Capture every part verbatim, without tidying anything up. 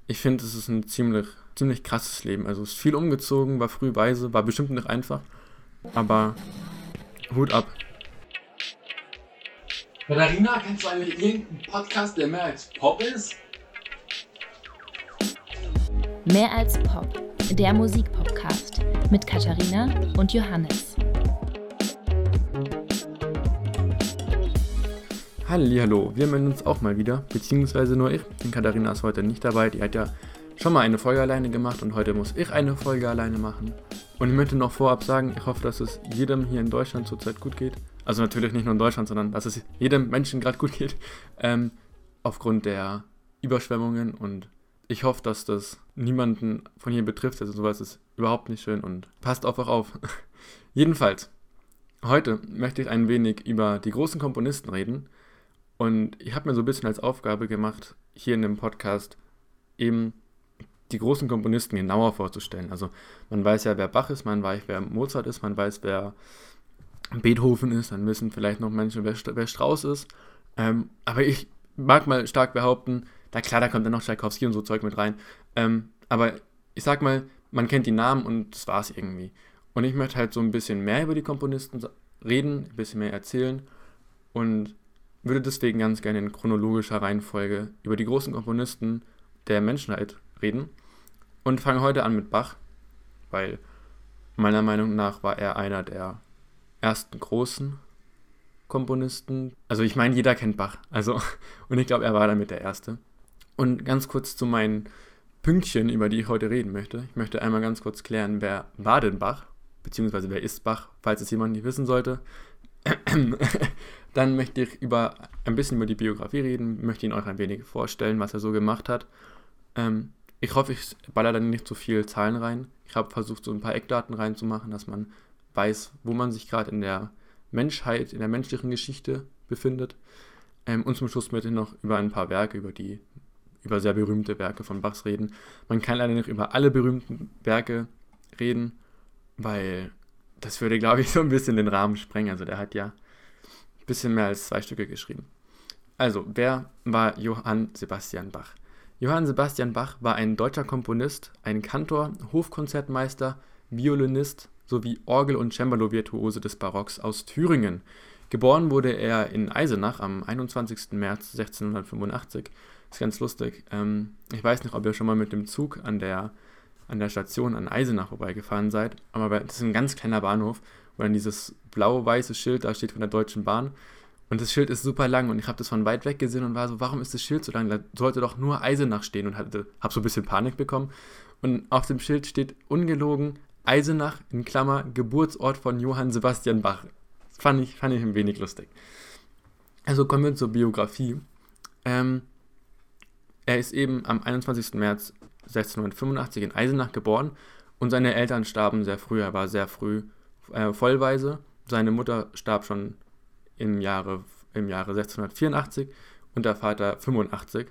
ich finde, es ist ein ziemlich, ziemlich krasses Leben. Also es ist viel umgezogen, war früh weise, war bestimmt nicht einfach, aber Hut ab. Katharina, kennst du eigentlich irgendeinen Podcast, der mehr als Pop ist? Mehr als Pop, der Musikpodcast mit Katharina und Johannes. Hallihallo, wir melden uns auch mal wieder, beziehungsweise nur ich, denn Katharina ist heute nicht dabei, die hat ja schon mal eine Folge alleine gemacht und heute muss ich eine Folge alleine machen. Und ich möchte noch vorab sagen, ich hoffe, dass es jedem hier in Deutschland zurzeit gut geht. Also natürlich nicht nur in Deutschland, sondern dass es jedem Menschen gerade gut geht, ähm, aufgrund der Überschwemmungen, und ich hoffe, dass das niemanden von hier betrifft, also sowas ist überhaupt nicht schön und passt einfach auf. Jedenfalls, heute möchte ich ein wenig über die großen Komponisten reden. Und ich habe mir so ein bisschen als Aufgabe gemacht, hier in dem Podcast eben die großen Komponisten genauer vorzustellen. Also man weiß ja, wer Bach ist, man weiß, wer Mozart ist, man weiß, wer Beethoven ist, dann wissen vielleicht noch Menschen, wer, wer Strauss ist. Ähm, aber ich mag mal stark behaupten, da klar, da kommt dann noch Tschaikowski und so Zeug mit rein. Ähm, aber ich sag mal, man kennt die Namen und das war's irgendwie. Und ich möchte halt so ein bisschen mehr über die Komponisten reden, ein bisschen mehr erzählen und würde deswegen ganz gerne in chronologischer Reihenfolge über die großen Komponisten der Menschheit reden und fange heute an mit Bach, weil meiner Meinung nach war er einer der ersten großen Komponisten. Also ich meine, jeder kennt Bach, also und ich glaube, er war damit der Erste. Und ganz kurz zu meinen Pünktchen, über die ich heute reden möchte. Ich möchte einmal ganz kurz klären, wer war denn Bach, beziehungsweise wer ist Bach, falls es jemand nicht wissen sollte. Dann möchte ich über ein bisschen über die Biografie reden, möchte ihn euch ein wenig vorstellen, was er so gemacht hat. Ähm, ich hoffe, ich baller dann nicht zu viel Zahlen rein. Ich habe versucht, so ein paar Eckdaten reinzumachen, dass man weiß, wo man sich gerade in der Menschheit, in der menschlichen Geschichte befindet. Ähm, und zum Schluss möchte ich noch über ein paar Werke, über die, über sehr berühmte Werke von Bachs reden. Man kann leider nicht über alle berühmten Werke reden, weil das würde, glaube ich, so ein bisschen den Rahmen sprengen. Also der hat ja ein bisschen mehr als zwei Stücke geschrieben. Also, wer war Johann Sebastian Bach? Johann Sebastian Bach war ein deutscher Komponist, ein Kantor, Hofkonzertmeister, Violinist sowie Orgel- und Cembalo-Virtuose des Barocks aus Thüringen. Geboren wurde er in Eisenach am einundzwanzigsten März sechzehnhundertfünfundachtzig. Das ist ganz lustig. Ähm, ich weiß nicht, ob ihr schon mal mit dem Zug an der an der Station an Eisenach vorbeigefahren seid, aber das ist ein ganz kleiner Bahnhof, wo dann dieses blau-weiße Schild da steht von der Deutschen Bahn und das Schild ist super lang und ich habe das von weit weg gesehen und war so, warum ist das Schild so lang? Da sollte doch nur Eisenach stehen und habe so ein bisschen Panik bekommen und auf dem Schild steht ungelogen Eisenach in Klammer Geburtsort von Johann Sebastian Bach. Das fand ich, fand ich ein wenig lustig. Also kommen wir zur Biografie. Ähm, er ist eben am einundzwanzigsten März sechzehnhundertfünfundachtzig in Eisenach geboren und seine Eltern starben sehr früh, er war sehr früh äh, vollweise. Seine Mutter starb schon im Jahre, im Jahre sechzehnhundertvierundachtzig und der Vater fünfundachtzig.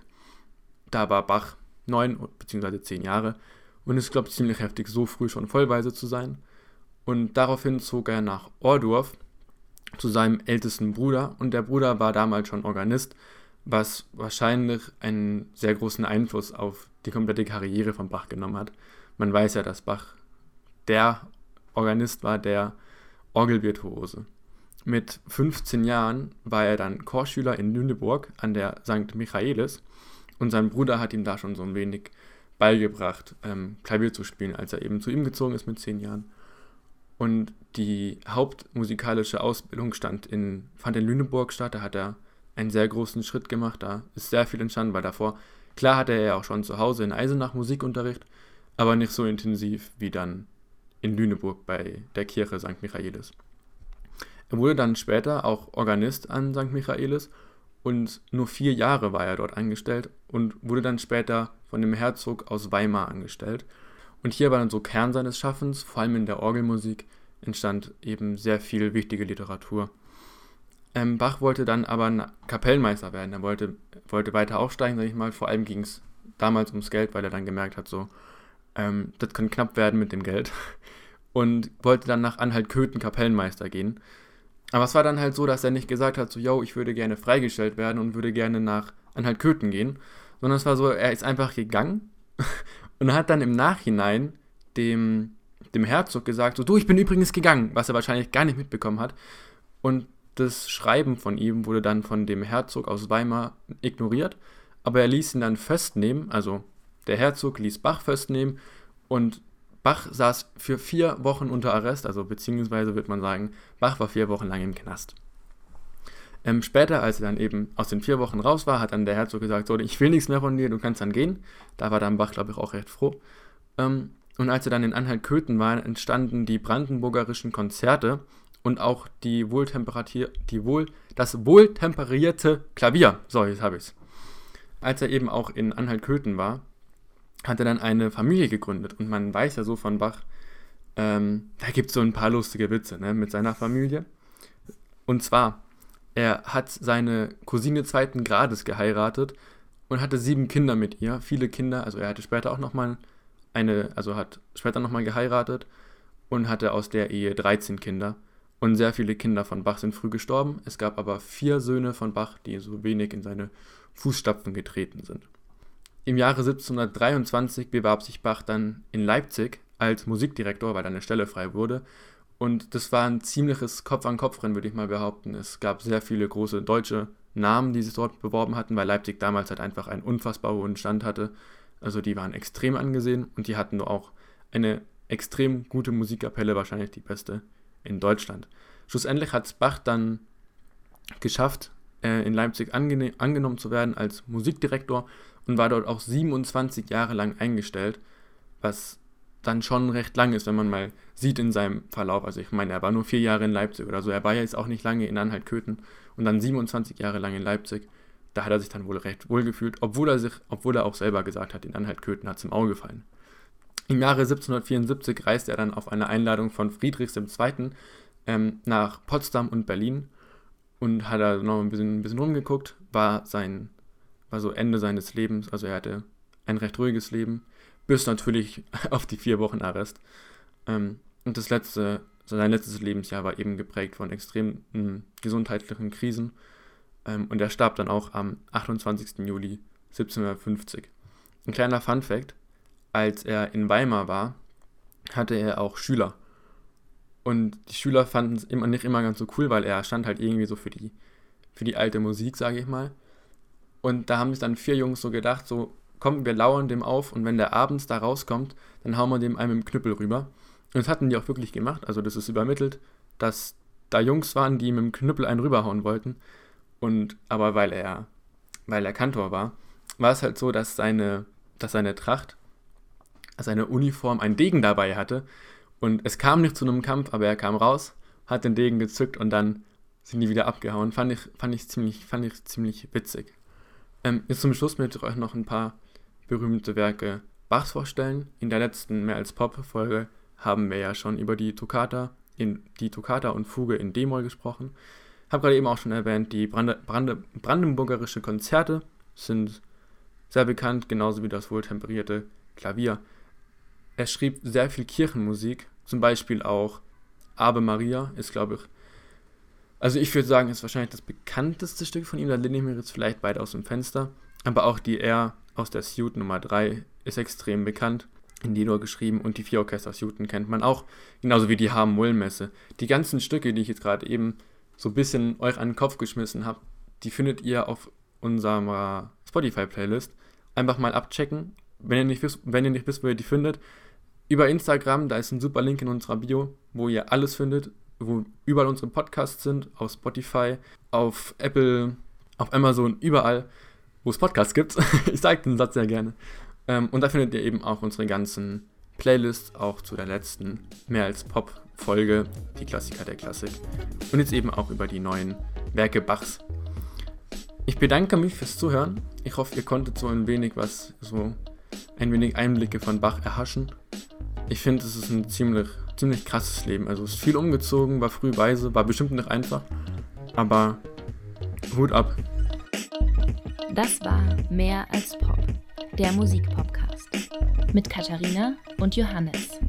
Da war Bach neun bzw. zehn Jahre und ist, glaube ich, ziemlich heftig, so früh schon vollweise zu sein. Und daraufhin zog er nach Ohrdruf zu seinem ältesten Bruder und der Bruder war damals schon Organist, was wahrscheinlich einen sehr großen Einfluss auf die komplette Karriere von Bach genommen hat. Man weiß ja, dass Bach der Organist war, der Orgelvirtuose. Mit fünfzehn Jahren war er dann Chorschüler in Lüneburg an der Sankt Michaelis und sein Bruder hat ihm da schon so ein wenig beigebracht, ähm, Klavier zu spielen, als er eben zu ihm gezogen ist mit zehn Jahren. Und die hauptmusikalische Ausbildung stand in, fand in Lüneburg statt, da hat er einen sehr großen Schritt gemacht, da ist sehr viel entstanden, weil davor, klar hatte er ja auch schon zu Hause in Eisenach Musikunterricht, aber nicht so intensiv wie dann in Lüneburg bei der Kirche Sankt Michaelis. Er wurde dann später auch Organist an Sankt Michaelis und nur vier Jahre war er dort angestellt und wurde dann später von dem Herzog aus Weimar angestellt. Und hier war dann so Kern seines Schaffens, vor allem in der Orgelmusik, entstand eben sehr viel wichtige Literatur. Ähm, Bach wollte dann aber Kapellmeister werden, er wollte, wollte weiter aufsteigen, sag ich mal, vor allem ging es damals ums Geld, weil er dann gemerkt hat, so, ähm, das kann knapp werden mit dem Geld und wollte dann nach Anhalt-Köthen Kapellmeister gehen. Aber es war dann halt so, dass er nicht gesagt hat, so, yo, ich würde gerne freigestellt werden und würde gerne nach Anhalt-Köthen gehen, sondern es war so, er ist einfach gegangen Und er hat dann im Nachhinein dem, dem Herzog gesagt, so, du, ich bin übrigens gegangen, was er wahrscheinlich gar nicht mitbekommen hat. Und das Schreiben von ihm wurde dann von dem Herzog aus Weimar ignoriert, aber er ließ ihn dann festnehmen, also der Herzog ließ Bach festnehmen und Bach saß für vier Wochen unter Arrest, also beziehungsweise wird man sagen, Bach war vier Wochen lang im Knast. Ähm, später, als er dann eben aus den vier Wochen raus war, hat dann der Herzog gesagt, so, ich will nichts mehr von dir, du kannst dann gehen. Da war dann Bach, glaube ich, auch recht froh. Ähm, und als er dann in Anhalt-Köthen war, entstanden die brandenburgerischen Konzerte und auch die wohltemperatier, die wohl, das wohltemperierte Klavier. So, jetzt habe ich es. Als er eben auch in Anhalt-Köthen war, hat er dann eine Familie gegründet. Und man weiß ja so von Bach, ähm, da gibt es so ein paar lustige Witze, ne, mit seiner Familie. Und zwar, er hat seine Cousine zweiten Grades geheiratet und hatte sieben Kinder mit ihr. Viele Kinder, also er hatte später auch nochmal eine, also hat später nochmal geheiratet und hatte aus der Ehe dreizehn Kinder. Und sehr viele Kinder von Bach sind früh gestorben. Es gab aber vier Söhne von Bach, die so wenig in seine Fußstapfen getreten sind. Im Jahre siebzehnhundertdreiundzwanzig bewarb sich Bach dann in Leipzig als Musikdirektor, weil da eine Stelle frei wurde. Und das war ein ziemliches Kopf-an-Kopf-Rennen, würde ich mal behaupten. Es gab sehr viele große deutsche Namen, die sich dort beworben hatten, weil Leipzig damals halt einfach einen unfassbar hohen Stand hatte. Also die waren extrem angesehen und die hatten auch eine extrem gute Musikkapelle, wahrscheinlich die beste in Deutschland. Schlussendlich hat es Bach dann geschafft, äh, in Leipzig angene- angenommen zu werden als Musikdirektor und war dort auch siebenundzwanzig Jahre lang eingestellt, was dann schon recht lang ist, wenn man mal sieht in seinem Verlauf. Also ich meine, er war nur vier Jahre in Leipzig oder so, er war ja jetzt auch nicht lange in Anhalt-Köthen und dann siebenundzwanzig Jahre lang in Leipzig. Da hat er sich dann wohl recht wohl gefühlt, obwohl er sich, obwohl er auch selber gesagt hat, in Anhalt-Köthen hat es im Auge gefallen. Im Jahre siebzehnhundertvierundsiebzig reiste er dann auf eine Einladung von Friedrichs der Zweite. Ähm, nach Potsdam und Berlin und hat da noch ein bisschen, ein bisschen rumgeguckt, war sein, war so Ende seines Lebens, also er hatte ein recht ruhiges Leben, bis natürlich auf die vier Wochen Arrest. Ähm, und das letzte, sein letztes Lebensjahr war eben geprägt von extremen mh, gesundheitlichen Krisen. Ähm, und er starb dann auch am achtundzwanzigsten Juli siebzehnhundertfünfzig. Ein kleiner Funfact, als er in Weimar war, hatte er auch Schüler. Und die Schüler fanden es immer nicht immer ganz so cool, weil er stand halt irgendwie so für die, für die alte Musik, sage ich mal. Und da haben sich dann vier Jungs so gedacht, so, komm, wir lauern dem auf und wenn der abends da rauskommt, dann hauen wir dem einen mit dem Knüppel rüber. Und das hatten die auch wirklich gemacht, also das ist übermittelt, dass da Jungs waren, die mit dem Knüppel einen rüberhauen wollten. Und aber weil er, weil er Kantor war, war es halt so, dass seine, dass seine Tracht, seine Uniform einen Degen dabei hatte. Und es kam nicht zu einem Kampf, aber er kam raus, hat den Degen gezückt und dann sind die wieder abgehauen. Fand ich, fand ich, ziemlich, fand ich ziemlich witzig. Ähm, jetzt zum Schluss möchte ich euch noch ein paar berühmte Werke Bachs vorstellen. In der letzten Mehr als Pop-Folge haben wir ja schon über die Toccata, in, die Toccata und Fuge in D-Moll gesprochen. Habe gerade eben auch schon erwähnt, die Brande, Brande, brandenburgerische Konzerte sind sehr bekannt, genauso wie das wohltemperierte Klavier. Er schrieb sehr viel Kirchenmusik, zum Beispiel auch Ave Maria ist, glaube ich, also ich würde sagen, ist wahrscheinlich das bekannteste Stück von ihm, da lehne ich mir jetzt vielleicht weit aus dem Fenster, aber auch die R aus der Suite Nummer drei ist extrem bekannt, in D-Dur geschrieben und die vier Orchester-Suiten kennt man auch, genauso wie die Hamm-Moll-Messe. Die ganzen Stücke, die ich jetzt gerade eben so ein bisschen euch an den Kopf geschmissen habe, die findet ihr auf unserer Spotify-Playlist. Einfach mal abchecken, wenn ihr nicht wisst, wenn ihr nicht wisst, wo ihr die findet. Über Instagram, da ist ein super Link in unserer Bio, wo ihr alles findet, wo überall unsere Podcasts sind, auf Spotify, auf Apple, auf Amazon, überall, wo es Podcasts gibt. Ich sage den Satz sehr gerne. Und da findet ihr eben auch unsere ganzen Playlists, auch zu der letzten Mehr als Pop-Folge, die Klassiker der Klassik. Und jetzt eben auch über die neuen Werke Bachs. Ich bedanke mich fürs Zuhören. Ich hoffe, ihr konntet so ein wenig was, so ein wenig Einblicke von Bach erhaschen. Ich finde, es ist ein ziemlich, ziemlich krasses Leben. Also es ist viel umgezogen, war früh weise, war bestimmt nicht einfach, aber Hut ab. Das war Mehr als Pop, der Musikpodcast mit Katharina und Johannes.